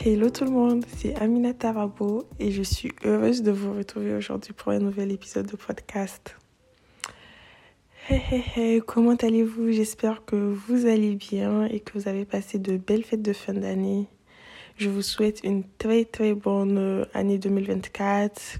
Hello tout le monde, c'est Aminata Rabo et je suis heureuse de vous retrouver aujourd'hui pour un nouvel épisode de podcast. Hey, comment allez-vous? J'espère que vous allez bien et que vous avez passé de belles fêtes de fin d'année. Je vous souhaite une très très bonne année 2024,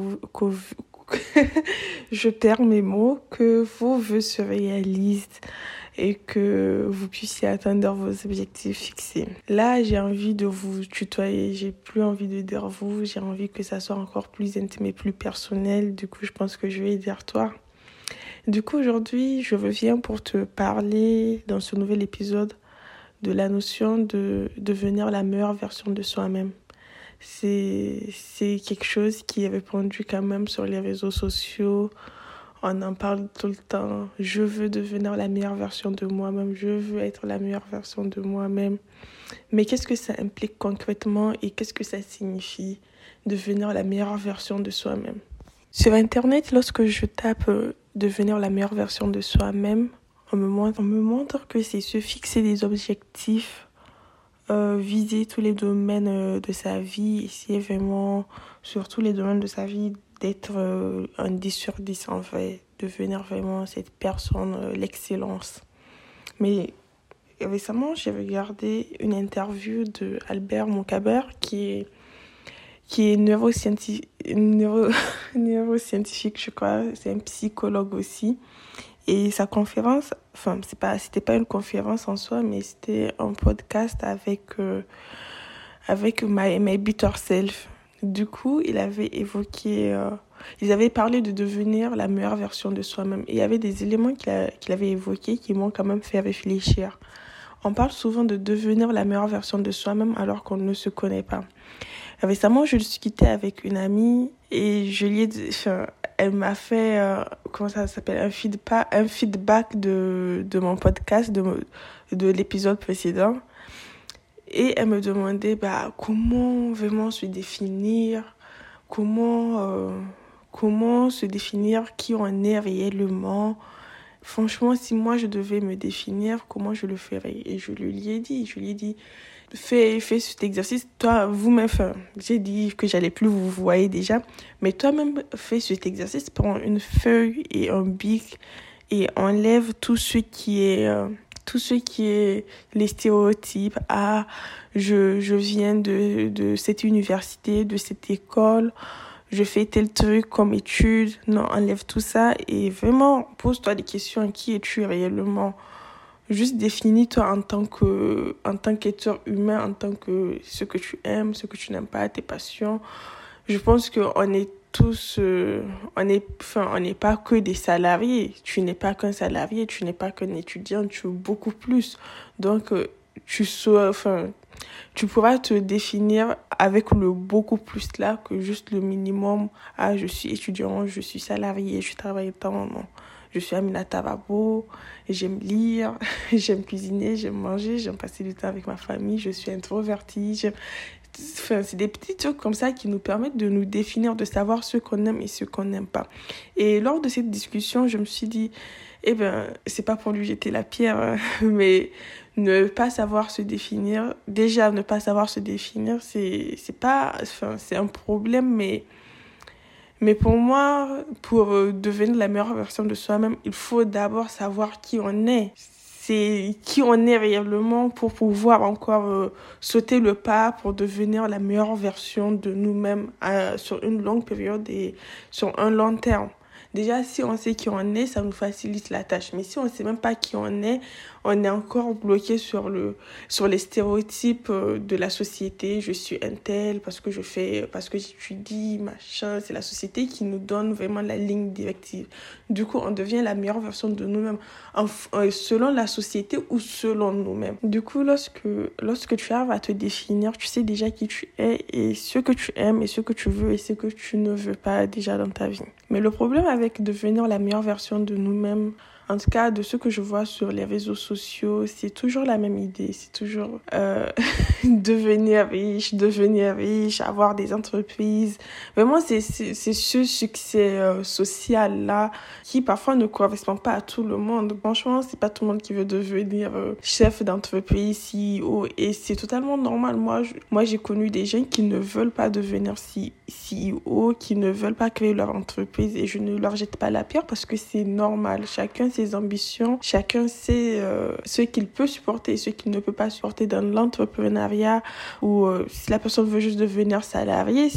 je perds mes mots, que vos vœux se réalisent et que vous puissiez atteindre vos objectifs fixés. Là, j'ai envie de vous tutoyer, j'ai plus envie de dire vous, j'ai envie que ça soit encore plus intime et plus personnel. Du coup, je pense que je vais dire toi. Du coup, aujourd'hui, je reviens pour te parler dans ce nouvel épisode de la notion de devenir la meilleure version de soi-même. C'est quelque chose qui est répandu quand même sur les réseaux sociaux. On en parle tout le temps. Je veux devenir la meilleure version de moi-même. Je veux être la meilleure version de moi-même. Mais qu'est-ce que ça implique concrètement et qu'est-ce que ça signifie devenir la meilleure version de soi-même? Sur Internet, lorsque je tape devenir la meilleure version de soi-même, on me montre que c'est se fixer des objectifs, viser tous les domaines de sa vie, essayer vraiment, sur tous les domaines de sa vie, d'être un 10 sur 10 en fait, devenir vraiment cette personne, l'excellence. Mais récemment, j'ai regardé une interview de Albert Moukabert qui est neuroscientifique, je crois, c'est un psychologue aussi. Et sa conférence, c'était pas une conférence en soi, mais c'était un podcast avec My Better Self. Du coup, ils avaient parlé de devenir la meilleure version de soi-même. Et il y avait des éléments qu'il avait évoqués qui m'ont quand même fait réfléchir. On parle souvent de devenir la meilleure version de soi-même alors qu'on ne se connaît pas. Récemment, je discutais avec une amie et elle m'a fait, un feedback de mon podcast, de l'épisode précédent. Et elle me demandait comment vraiment se définir, comment se définir qui on est réellement. Franchement, si moi je devais me définir, comment je le ferais? Et je lui ai dit, fais cet exercice, toi, vous-même, j'ai dit que j'allais plus vous voyez déjà, mais toi-même, fais cet exercice, prends une feuille et un bic et enlève tout ce qui est les stéréotypes. Je viens de cette université, de cette école, je fais tel truc comme étude. Non, enlève tout ça et vraiment pose-toi des questions. Qui es-tu réellement? Juste définis-toi en tant qu'être humain, en tant que ce que tu aimes, ce que tu n'aimes pas, tes passions. Je pense qu'on est tous, on n'est pas que des salariés. Tu n'es pas qu'un salarié, tu n'es pas qu'un étudiant, tu es beaucoup plus. Donc, tu pourras te définir avec le beaucoup plus là que juste le minimum. Je suis étudiant, je suis salarié, je travaille tant, non. Je suis Aminata Rabo, j'aime lire, j'aime cuisiner, j'aime manger, j'aime passer du temps avec ma famille, je suis introvertie. C'est des petits trucs comme ça qui nous permettent de nous définir, de savoir ce qu'on aime et ce qu'on n'aime pas. Et lors de cette discussion, je me suis dit, c'est pas pour lui jeter la pierre, mais ne pas savoir se définir, c'est un problème, mais pour moi, pour devenir la meilleure version de soi-même, il faut d'abord savoir qui on est. C'est qui on est réellement pour pouvoir encore sauter le pas pour devenir la meilleure version de nous-mêmes sur une longue période et sur un long terme. Déjà, si on sait qui on est, ça nous facilite la tâche. Mais si on ne sait même pas qui on est encore bloqué sur les stéréotypes de la société. Je suis un tel parce que j'étudie, machin. C'est la société qui nous donne vraiment la ligne directive. Du coup, on devient la meilleure version de nous-mêmes selon la société ou selon nous-mêmes. Du coup, lorsque tu arrives à te définir, tu sais déjà qui tu es et ce que tu aimes et ce que tu veux et ce que tu ne veux pas déjà dans ta vie. Mais le problème avec devenir la meilleure version de nous-mêmes, En tout cas, de ce que je vois sur les réseaux sociaux, c'est toujours la même idée. C'est toujours devenir riche, avoir des entreprises. Vraiment, c'est ce succès social-là qui parfois ne correspond pas à tout le monde. Franchement, c'est pas tout le monde qui veut devenir chef d'entreprise, CEO. Et c'est totalement normal. Moi, j'ai connu des gens qui ne veulent pas devenir CEO, qui ne veulent pas créer leur entreprise. Et je ne leur jette pas la pierre parce que c'est normal. Chacun ses ambitions, chacun sait ce qu'il peut supporter et ce qu'il ne peut pas supporter dans l'entrepreneuriat, ou si la personne veut juste devenir salarié,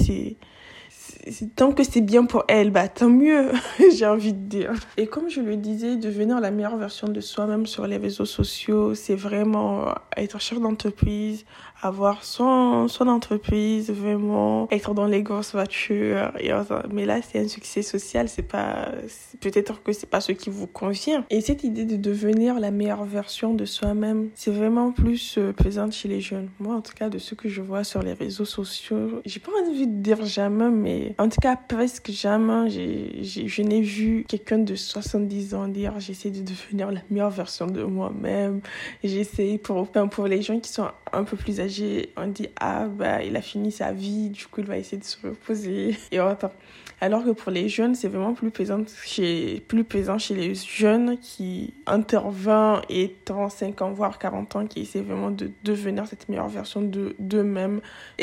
tant que c'est bien pour elle, tant mieux, j'ai envie de dire. Et comme je le disais, devenir la meilleure version de soi-même sur les réseaux sociaux, c'est vraiment être chef d'entreprise, avoir son entreprise, vraiment être dans les grosses voitures. Mais là, c'est un succès social, peut-être que c'est pas ce qui vous convient. Et cette idée de devenir la meilleure version de soi-même, c'est vraiment plus présente chez les jeunes. Moi, en tout cas, de ce que je vois sur les réseaux sociaux, j'ai pas envie de dire jamais, mais en tout cas, presque jamais, je n'ai vu quelqu'un de 70 ans dire j'essaie de devenir la meilleure version de moi-même. J'essaie pour les gens qui sont un peu plus âgés, on dit il a fini sa vie, du coup il va essayer de se reposer et autant. Alors que pour les jeunes, c'est vraiment plus présent chez les jeunes qui interviennent et 35 ans voire 40 ans, qui essaient vraiment de devenir cette meilleure version d'eux-mêmes.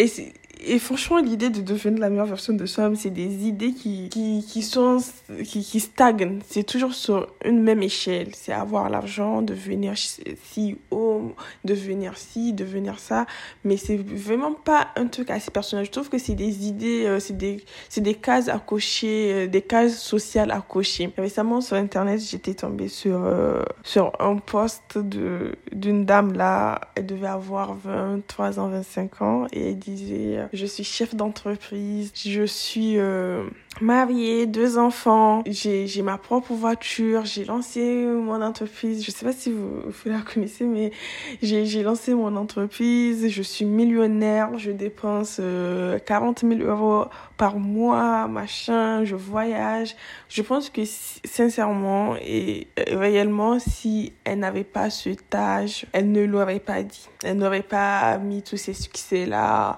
Et franchement, l'idée de devenir la meilleure version de soi-même, c'est des idées qui stagnent. C'est toujours sur une même échelle. C'est avoir l'argent, devenir CEO, devenir ci, devenir ça. Mais c'est vraiment pas un truc assez personnel. Je trouve que c'est des idées, c'est des cases à cocher, des cases sociales à cocher. Récemment, sur Internet, j'étais tombée sur un post d'une dame là. Elle devait avoir 23 ans, 25 ans. Et elle disait... Je suis chef d'entreprise, je suis mariée, 2 enfants, j'ai ma propre voiture, j'ai lancé mon entreprise. Je sais pas si vous la connaissez, mais j'ai lancé mon entreprise, je suis millionnaire, je dépense 40 000 euros par mois, machin, je voyage. Je pense que sincèrement et réellement, si elle n'avait pas cet âge, elle ne l'aurait pas dit. Elle n'aurait pas mis tous ces succès-là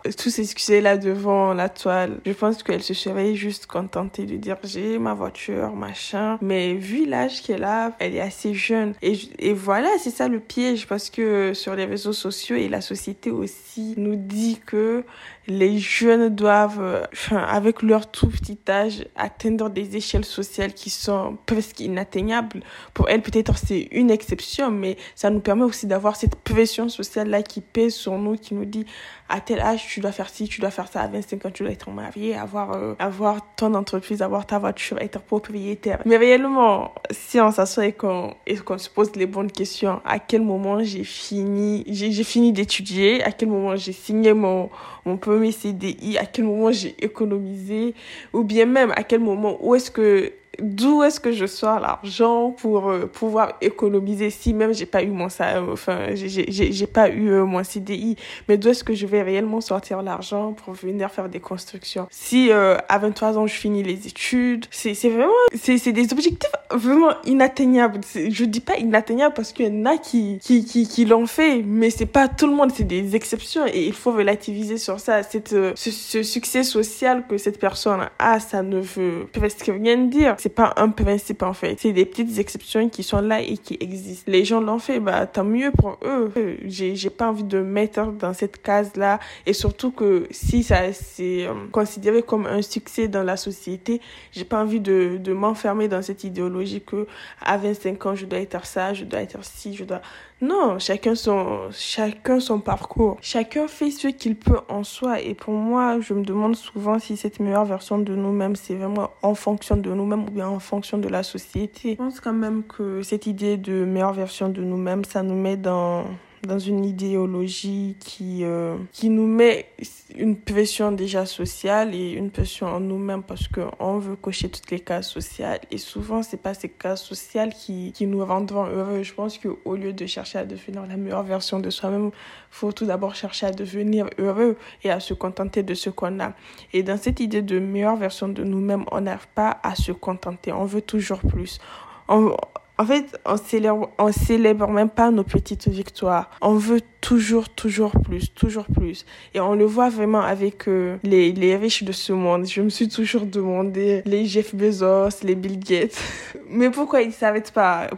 devant la toile. Je pense qu'elle se serait juste contentée de dire j'ai ma voiture, machin. Mais vu l'âge qu'elle a, elle est assez jeune. Et voilà, c'est ça le piège, parce que sur les réseaux sociaux et la société aussi nous dit que les jeunes doivent, avec leur tout petit âge, atteindre des échelles sociales qui sont presque inatteignables. Pour elles, peut-être c'est une exception, mais ça nous permet aussi d'avoir cette pression sociale-là qui pèse sur nous, qui nous dit à tel âge, tu dois faire ci, tu dois faire ça, à 25 ans, tu dois être marié, avoir ton entreprise, avoir ta voiture, être propriétaire. Mais réellement, si on s'assoit et qu'on se pose les bonnes questions, à quel moment j'ai fini d'étudier, à quel moment j'ai signé mon premier CDI, à quel moment j'ai économisé, ou bien même à quel moment, d'où est-ce que je sors l'argent pour pouvoir économiser, si même j'ai pas eu mon CDI, mais d'où est-ce que je vais réellement sortir l'argent pour venir faire des constructions? Si à 23 ans je finis les études, c'est vraiment c'est des objectifs vraiment inatteignables. Je dis pas inatteignables parce qu'il y en a qui l'ont fait, mais c'est pas tout le monde, c'est des exceptions, et il faut relativiser sur ça. Ce succès social que cette personne a, ça ne veut presque rien dire. C'est pas un principe en fait. C'est des petites exceptions qui sont là et qui existent. Les gens l'ont fait, tant mieux pour eux. J'ai pas envie de mettre dans cette case-là, et surtout que si ça c'est considéré comme un succès dans la société, j'ai pas envie de m'enfermer dans cette idéologie que à 25 ans je dois être ça, je dois être ci, Non, chacun son parcours. Chacun fait ce qu'il peut en soi. Et pour moi, je me demande souvent si cette meilleure version de nous-mêmes, c'est vraiment en fonction de nous-mêmes ou bien en fonction de la société. Je pense quand même que cette idée de meilleure version de nous-mêmes, ça nous met dans une idéologie qui nous met une pression déjà sociale et une pression en nous-mêmes, parce qu'on veut cocher toutes les cases sociales, et souvent c'est pas ces cases sociales qui nous rendront heureux. Je pense qu'au lieu de chercher à devenir la meilleure version de soi-même, faut tout d'abord chercher à devenir heureux et à se contenter de ce qu'on a. Et dans cette idée de meilleure version de nous-mêmes, on n'arrive pas à se contenter, on veut toujours plus. En fait, on célèbre même pas nos petites victoires. On veut toujours plus. Et on le voit vraiment avec les riches de ce monde. Je me suis toujours demandé, les Jeff Bezos, les Bill Gates, mais pourquoi ils n'arrêtent pas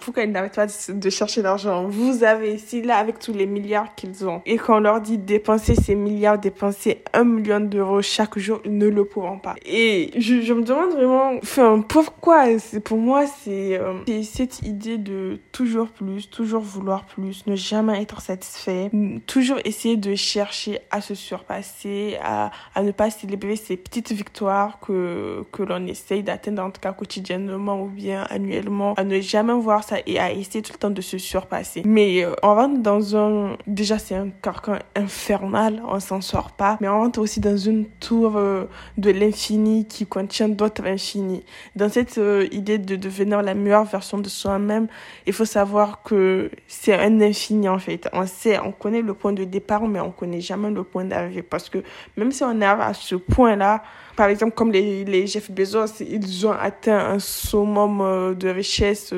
de chercher l'argent? Vous avez ici, là, avec tous les milliards qu'ils ont, et qu'on leur dit dépenser ces milliards, dépenser 1 million d'euros chaque jour, ils ne le pourront pas. Et je me demande vraiment, pourquoi? Pour moi, c'est cette idée de toujours plus, toujours vouloir plus, ne jamais être satisfait, toujours essayer de chercher à se surpasser, à ne pas célébrer ces petites victoires que l'on essaye d'atteindre, en tout cas quotidiennement ou bien annuellement, à ne jamais voir ça et à essayer tout le temps de se surpasser. Mais on rentre déjà c'est un carcan infernal, on s'en sort pas, mais on rentre aussi dans une tour de l'infini qui contient d'autres infinis. Dans cette idée de devenir la meilleure version de soi-même, il faut savoir que c'est un infini en fait. On connaît le point de départ, mais on connaît jamais le point d'arrivée, parce que même si on arrive à ce point-là, par exemple, comme les Jeff Bezos, ils ont atteint un summum de richesse,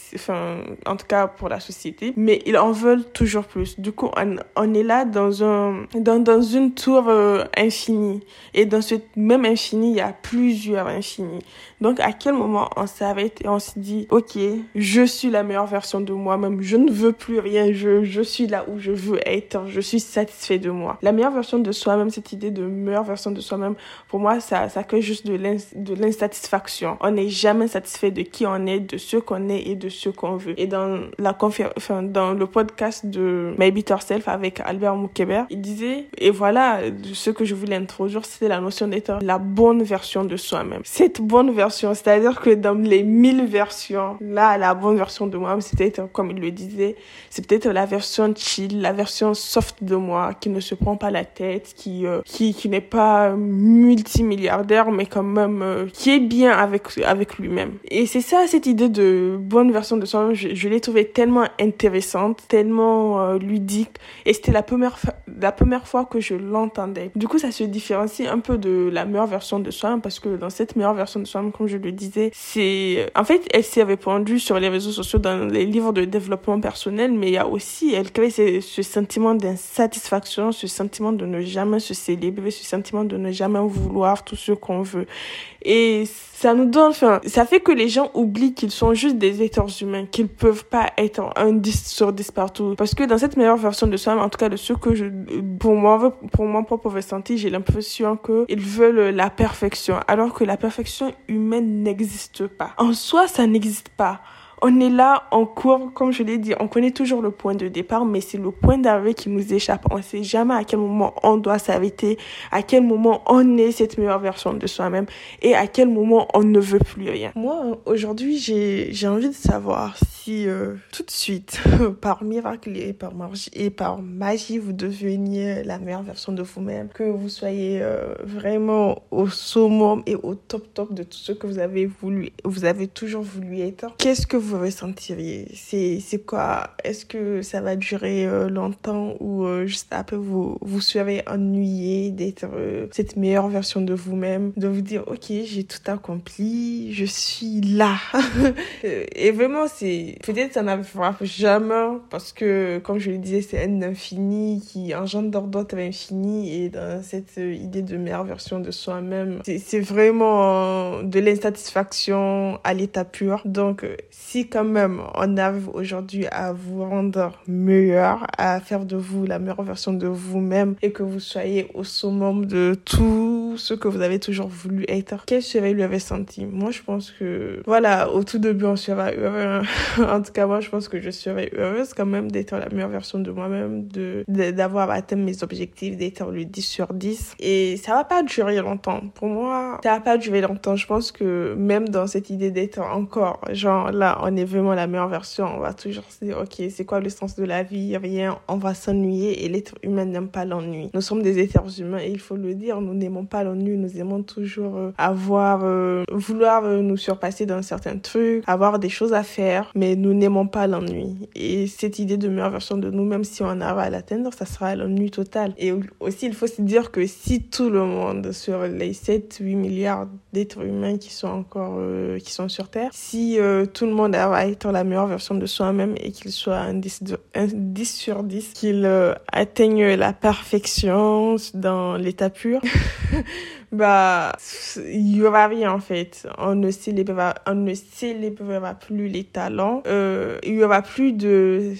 en tout cas pour la société, mais ils en veulent toujours plus. Du coup, on est là dans une tour infinie. Et dans ce même infini, il y a plusieurs infinis. Donc, à quel moment on s'arrête et on se dit, OK, je suis la meilleure version de moi-même, je ne veux plus rien, je suis là où je veux être, je suis satisfait de moi. La meilleure version de soi-même, cette idée de meilleure version de soi-même, pour moi, ça crée juste de l'insatisfaction. On n'est jamais satisfait de qui on est, de ce qu'on est et de ce qu'on veut. Et dans dans le podcast de Maybe Yourself avec Albert Moukébert, il disait, et voilà, ce que je voulais introduire, c'était la notion d'être la bonne version de soi-même. Cette bonne version, c'est-à-dire que dans les 1000 versions, là, la bonne version de moi-même, c'est peut-être, comme il le disait, c'est peut-être la version chill, la version soft de moi, qui ne se prend pas la tête, qui n'est pas multimilliardaire, mais quand même, qui est bien avec lui-même. Et c'est ça, cette idée de bonne version de soi-même, je l'ai trouvée tellement intéressante, tellement ludique, et c'était la première fois que je l'entendais. Du coup, ça se différencie un peu de la meilleure version de soi-même, parce que dans cette meilleure version de soi-même, comme je le disais, en fait, elle s'est répandue sur les réseaux sociaux, dans les livres de développement personnel, mais il y a aussi, elle crée ce sentiment d'insatisfaction, ce sentiment de ne jamais se célébrer, ce sentiment de ne jamais vouloir tout ce qu'on veut. Et ça fait que les gens oublient qu'ils sont juste des êtres humains, qu'ils peuvent pas être un 10 sur 10 partout. Parce que dans cette meilleure version de soi-même, en tout cas de ce que pour mon propre ressenti, j'ai l'impression qu'ils veulent la perfection, alors que la perfection humaine n'existe pas. En soi, ça n'existe pas. On est là, on court, comme je l'ai dit, on connaît toujours le point de départ, mais c'est le point d'arrivée qui nous échappe. On ne sait jamais à quel moment on doit s'arrêter, à quel moment on est cette meilleure version de soi-même et à quel moment on ne veut plus rien. Moi, aujourd'hui, j'ai envie de savoir si tout de suite, par miracle et par magie, vous deveniez la meilleure version de vous-même, que vous soyez vraiment au summum et au top de tout ce que vous avez toujours voulu être. Qu'est-ce que vous ressentiriez? C'est quoi? Est-ce que ça va durer longtemps ou juste après vous serez ennuyé d'être cette meilleure version de vous-même, de vous dire OK, j'ai tout accompli, je suis là. Et vraiment, peut-être ça n'arrivera jamais, parce que comme je le disais, c'est un infini qui engendre d'autres infinis, et dans cette idée de meilleure version de soi-même, c'est vraiment de l'insatisfaction à l'état pur. Donc si quand même on arrive aujourd'hui à vous rendre meilleur, à faire de vous la meilleure version de vous-même, et que vous soyez au summum de tout ce que vous avez toujours voulu être, quel serait le ressenti? Moi, je pense que, voilà, au tout début, on sera heureux. En tout cas, moi, je pense que je serais heureuse quand même d'être la meilleure version de moi-même, d'avoir atteint mes objectifs, d'être le 10 sur 10. Et ça va pas durer longtemps. Pour moi, ça va pas durer longtemps. Je pense que même dans cette idée d'être encore, genre là, on est vraiment la meilleure version, on va toujours se dire, OK, c'est quoi le sens de la vie? Rien, on va s'ennuyer, et l'être humain n'aime pas l'ennui. Nous sommes des êtres humains et il faut le dire, nous n'aimons pas l'ennui. Nous aimons toujours vouloir nous surpasser dans certains trucs, avoir des choses à faire, mais nous n'aimons pas l'ennui. Et cette idée de meilleure version de nous, même si on arrive à l'atteindre, ça sera l'ennui total. Et aussi, il faut se dire que si tout le monde, sur les 7-8 milliards d'êtres humains qui sont sur Terre, si tout le monde arrive à être la meilleure version de soi-même et qu'il soit un 10 sur 10, qu'il atteigne la perfection dans l'état pur, il y aura rien en fait. On ne célébrera plus les talents. Il y aura plus de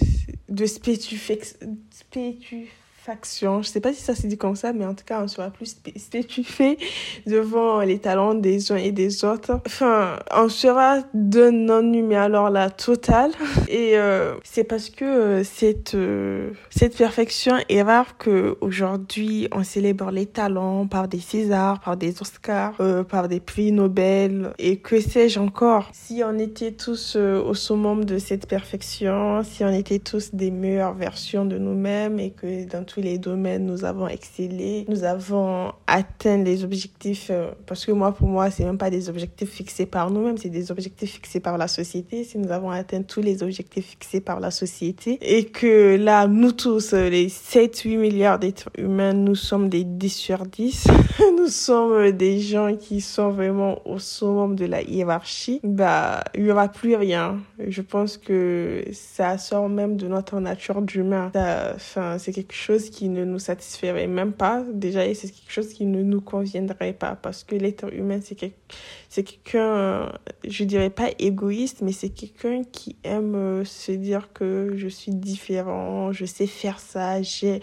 je sais pas si ça se dit comme ça, mais en tout cas, on sera plus stupéfait devant les talents des uns et des autres. Enfin, on sera d'un ennui, mais alors la totale. Et c'est parce que cette perfection est rare qu'aujourd'hui, on célèbre les talents par des Césars, par des Oscars, par des prix Nobel, et que sais-je encore. Si on était tous au summum de cette perfection, si on était tous des meilleures versions de nous-mêmes et que dans tous les domaines, nous avons excellé, nous avons atteint les objectifs, parce que pour moi, c'est même pas des objectifs fixés par nous-mêmes, c'est des objectifs fixés par la société. Si nous avons atteint tous les objectifs fixés par la société et que là, nous tous, les 7-8 milliards d'êtres humains, nous sommes des 10 sur 10, nous sommes des gens qui sont vraiment au summum de la hiérarchie, il y aura plus rien. Je pense que ça sort même de notre nature d'humain. C'est quelque chose qui ne nous satisferait même pas déjà, et c'est quelque chose qui ne nous conviendrait pas, parce que l'être humain, c'est quelqu'un, je dirais pas égoïste, mais c'est quelqu'un qui aime se dire que je suis différent, je sais faire ça,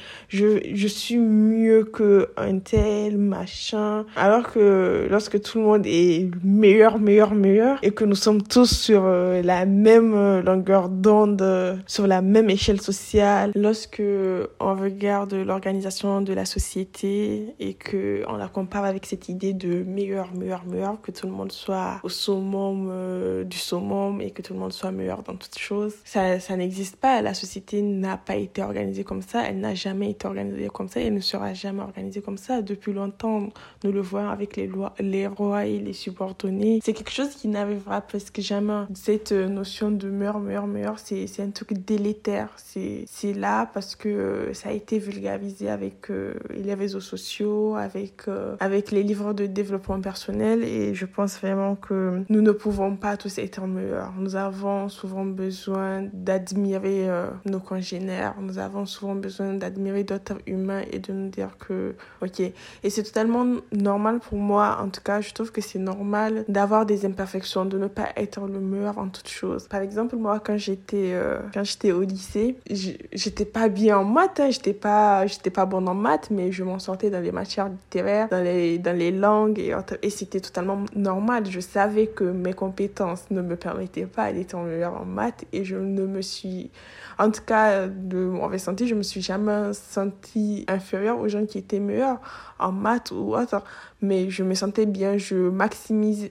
je suis mieux que un tel machin, alors que lorsque tout le monde est meilleur et que nous sommes tous sur la même longueur d'onde, sur la même échelle sociale, lorsque on regarde l'organisation de la société et que on la compare avec cette idée de meilleur, que tout le monde soit au summum du summum et que tout le monde soit meilleur dans toutes choses, ça n'existe pas. La société n'a pas été organisée comme ça, elle n'a jamais été organisée comme ça et ne sera jamais organisée comme ça. Depuis longtemps, nous le voyons avec les rois et les subordonnés. C'est quelque chose qui n'arrivera presque jamais. Cette notion de meilleur, c'est un truc délétère. C'est là parce que ça a été vulgarisé avec les réseaux sociaux, avec les livres de développement personnel, et je pense vraiment que nous ne pouvons pas tous être meilleurs. Nous avons souvent besoin d'admirer nos congénères, nous avons souvent besoin d'admirer d'autres humains et de nous dire que ok. Et c'est totalement normal pour moi, en tout cas je trouve que c'est normal d'avoir des imperfections, de ne pas être le meilleur en toutes choses. Par exemple, moi quand j'étais au lycée, j'étais pas bien en maths, j'étais pas bonne en maths, mais je m'en sortais dans les matières littéraires, dans les langues et c'était totalement normal. Je savais que mes compétences ne me permettaient pas d'être meilleure en maths et je ne me suis, en tout cas de mon ressenti, je me suis jamais sentie inférieure aux gens qui étaient meilleurs en maths ou autre, mais je me sentais bien, je maximisais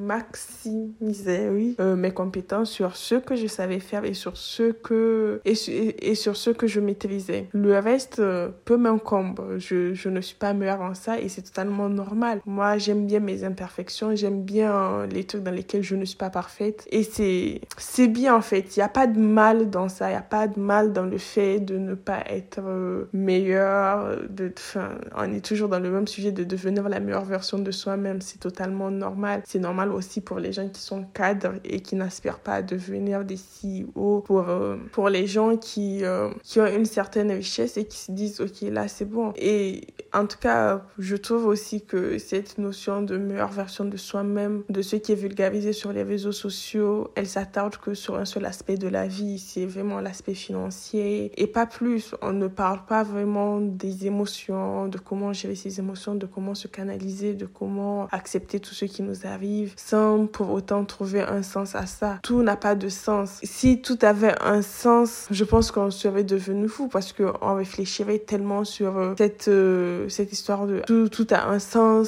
mes compétences sur ce que je savais faire et sur ce que je maîtrisais. Le reste peu m'incombe, je ne suis pas meilleure en ça et c'est totalement normal. Moi, j'aime bien mes imperfections, j'aime bien les trucs dans lesquels je ne suis pas parfaite et c'est bien en fait. Il n'y a pas de mal dans ça, il n'y a pas de mal dans le fait de ne pas être meilleur, on est toujours dans le même sujet de devenir la meilleure version de soi-même, c'est totalement normal. C'est normal aussi pour les gens qui sont cadres et qui n'aspirent pas à devenir des CEO, pour les gens qui ont une certaine richesse et qui se disent ok, là c'est bon. Et en tout cas, je trouve aussi que cette notion de meilleure version de soi-même, de ce qui est vulgarisé sur les réseaux sociaux, elle s'attarde que sur un seul aspect de la vie, c'est vraiment l'aspect financier et pas plus. On ne parle pas vraiment des émotions, de comment gérer ses émotions, de comment se canaliser, de comment accepter tout ce qui nous arrive sans pour autant trouver un sens à ça. Tout n'a pas de sens. Si tout avait un sens, je pense qu'on serait devenu fou parce qu'on réfléchirait tellement sur cette histoire de tout a un sens.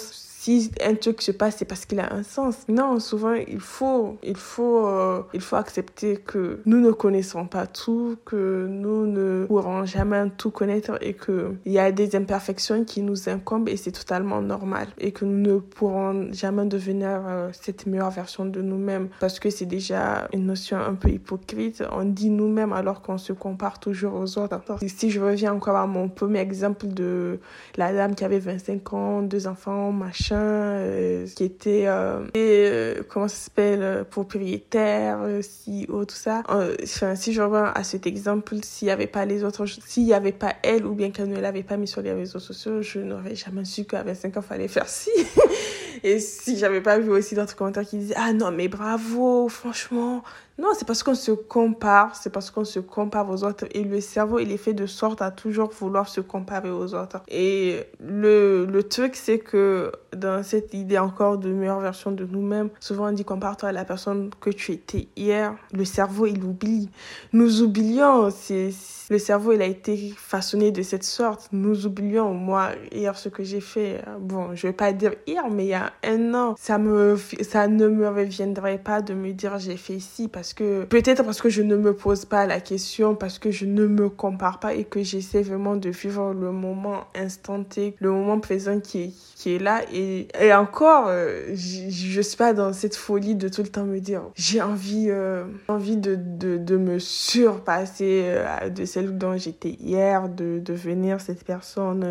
si un truc se passe, c'est parce qu'il a un sens. Non, souvent, il faut accepter que nous ne connaissons pas tout, que nous ne pourrons jamais tout connaître et qu'il y a des imperfections qui nous incombent et c'est totalement normal. Et que nous ne pourrons jamais devenir cette meilleure version de nous-mêmes parce que c'est déjà une notion un peu hypocrite. On dit nous-mêmes alors qu'on se compare toujours aux autres. Si je reviens encore à mon premier exemple de la dame qui avait 25 ans, 2 enfants, machin, qui était comment ça s'appelle, propriétaire, CEO, tout ça. Si je reviens à cet exemple, s'il n'y avait pas les autres, s'il n'y avait pas elle ou bien qu'elle ne l'avait pas mis sur les réseaux sociaux, je n'aurais jamais su qu'à 25 ans, il fallait faire ci. Et si j'avais pas vu aussi d'autres commentaires qui disaient « Ah non, mais bravo, franchement !» Non, c'est parce qu'on se compare, aux autres. Et le cerveau, il est fait de sorte à toujours vouloir se comparer aux autres. Et le truc, c'est que dans cette idée encore de meilleure version de nous-mêmes, souvent on dit compare-toi à la personne que tu étais hier. Le cerveau, il oublie. Nous oublions, le cerveau, il a été façonné de cette sorte. Nous oublions, moi, hier, ce que j'ai fait. Bon, je vais pas dire hier, mais il y a 1 an, ça ne me reviendrait pas de me dire j'ai fait ci peut-être parce que je ne me pose pas la question, parce que je ne me compare pas et que j'essaie vraiment de vivre le moment instanté, le moment présent qui est là. Et encore, je suis pas dans cette folie de tout le temps me dire j'ai envie de me surpasser de celle dont j'étais hier, de devenir cette personne.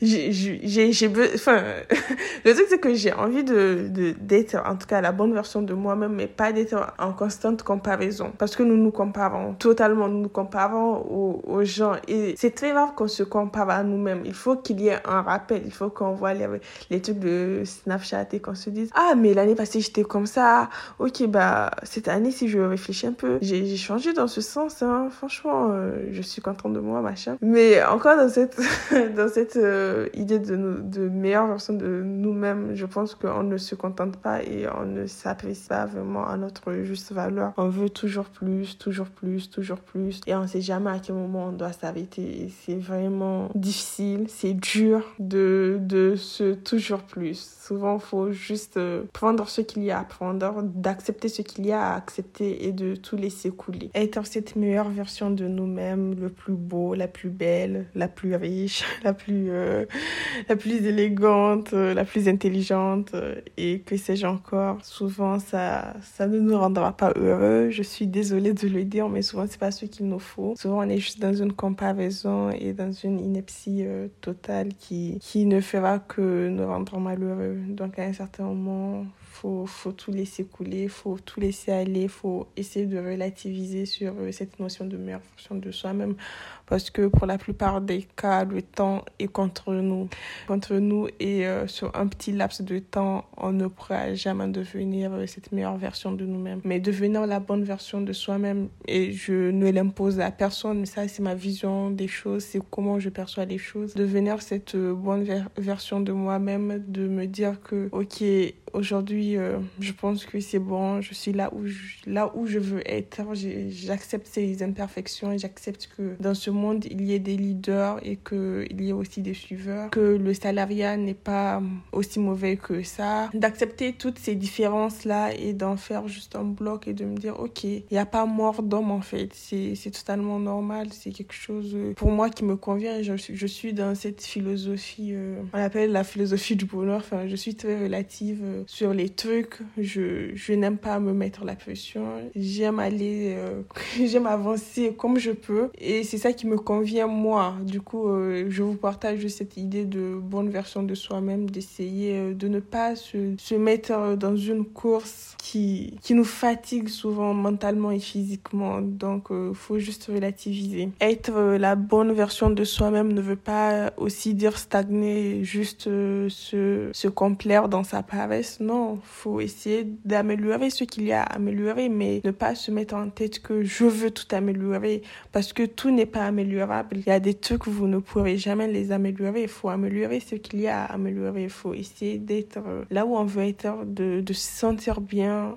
Le truc c'est que j'ai envie d'être en tout cas la bonne version de moi-même, mais pas d'être en constante comparaison. Parce que nous nous comparons aux gens. Et c'est très grave qu'on se compare à nous-mêmes. Il faut qu'il y ait un rappel. Il faut qu'on voit les trucs de Snapchat et qu'on se dise ah, mais l'année passée, j'étais comme ça. Ok, cette année, si je réfléchis un peu, j'ai changé dans ce sens. Hein. Franchement, je suis contente de moi, machin. Mais encore dans cette idée de meilleure version de nous-mêmes, je pense qu'on ne se contente pas et on ne s'apprécie pas vraiment à notre juste valeur. On veut toujours plus. Et on ne sait jamais à quel moment on doit s'arrêter. Et c'est vraiment difficile, c'est dur de ce toujours plus. Souvent, il faut juste prendre ce qu'il y a à prendre, d'accepter ce qu'il y a à accepter et de tout laisser couler. Être cette meilleure version de nous-mêmes, le plus beau, la plus belle, la plus riche, la plus élégante, la plus intelligente et que sais-je encore. Souvent, ça ne nous rendra pas heureux. Je suis désolée de le dire, mais souvent, c'est pas ce qu'il nous faut. Souvent, on est juste dans une comparaison et dans une ineptie totale qui ne fera que nous rendre malheureux. Donc, à un certain moment, faut tout laisser couler, faut tout laisser aller, faut essayer de relativiser sur cette notion de meilleure version de soi-même parce que pour la plupart des cas, le temps est contre nous et sur un petit laps de temps, on ne pourra jamais devenir cette meilleure version de nous-mêmes. Mais devenir la bonne version de soi-même, et je ne l'impose à personne, mais ça c'est ma vision des choses, c'est comment je perçois les choses. Devenir cette bonne version de moi-même, de me dire que ok, aujourd'hui, je pense que c'est bon, je suis là où je veux être. J'accepte ces imperfections et j'accepte que dans ce monde, il y ait des leaders et qu'il y ait aussi des suiveurs, que le salariat n'est pas aussi mauvais que ça. D'accepter toutes ces différences-là et d'en faire juste un bloc et de me dire, ok, il n'y a pas mort d'homme en fait. C'est totalement normal, c'est quelque chose pour moi qui me convient. Je suis dans cette philosophie, on appelle la philosophie du bonheur. Enfin, je suis très relative sur les trucs. Je n'aime pas me mettre la pression. J'aime avancer comme je peux et c'est ça qui me convient moi. Du coup, je vous partage cette idée de bonne version de soi-même, d'essayer de ne pas se mettre dans une course qui nous fatigue souvent mentalement et physiquement. Donc, faut juste relativiser. Être la bonne version de soi-même ne veut pas aussi dire stagner, juste se complaire dans sa paresse. Non, faut essayer d'améliorer ce qu'il y a à améliorer, mais ne pas se mettre en tête que je veux tout améliorer parce que tout n'est pas améliorable. Il y a des trucs que vous ne pourrez jamais les améliorer. Il faut améliorer ce qu'il y a à améliorer. Il faut essayer d'être là où on veut être, de se sentir bien,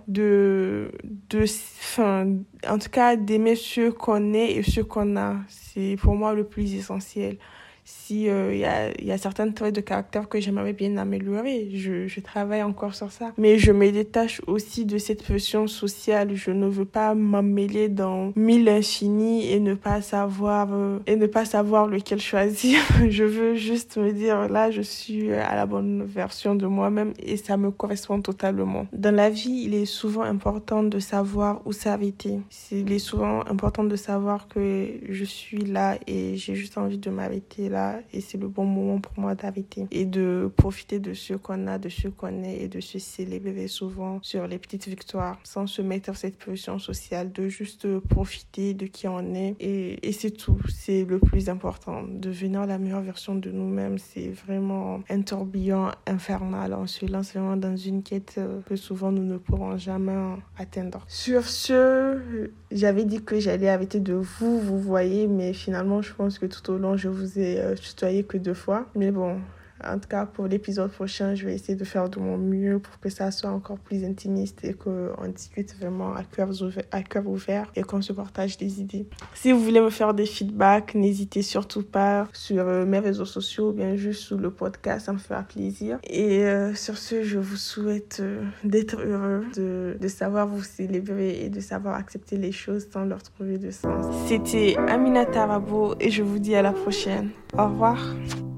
en tout cas, d'aimer ce qu'on est et ce qu'on a. C'est pour moi le plus essentiel. Si il y a certains traits de caractère que j'aimerais bien améliorer, je travaille encore sur ça. Mais je me détache aussi de cette pression sociale. Je ne veux pas m'emmêler dans mille infinis et ne pas savoir lequel choisir. Je veux juste me dire, là, je suis à la bonne version de moi-même et ça me correspond totalement. Dans la vie, il est souvent important de savoir où s'arrêter. Il est souvent important de savoir que je suis là et j'ai juste envie de m'arrêter là et c'est le bon moment pour moi d'arrêter et de profiter de ce qu'on a, de ce qu'on est et de se célébrer souvent sur les petites victoires sans se mettre cette pression sociale, de juste profiter de qui on est et c'est tout. C'est le plus important. Devenir la meilleure version de nous-mêmes, c'est vraiment un tourbillon infernal. On se lance vraiment dans une quête que souvent nous ne pourrons jamais atteindre. Sur ce, j'avais dit que j'allais arrêter de vous voyez, mais finalement, je pense que tout au long, je vous ai tutoyé que 2 fois. Mais bon, en tout cas, pour l'épisode prochain, je vais essayer de faire de mon mieux pour que ça soit encore plus intimiste et qu'on discute vraiment à cœur ouvert et qu'on se partage des idées. Si vous voulez me faire des feedbacks, n'hésitez surtout pas sur mes réseaux sociaux ou bien juste sous le podcast, ça me fera plaisir. Et sur ce, je vous souhaite d'être heureux, de savoir vous célébrer et de savoir accepter les choses sans leur trouver de sens. C'était Amina Tarabo et je vous dis à la prochaine. Au revoir.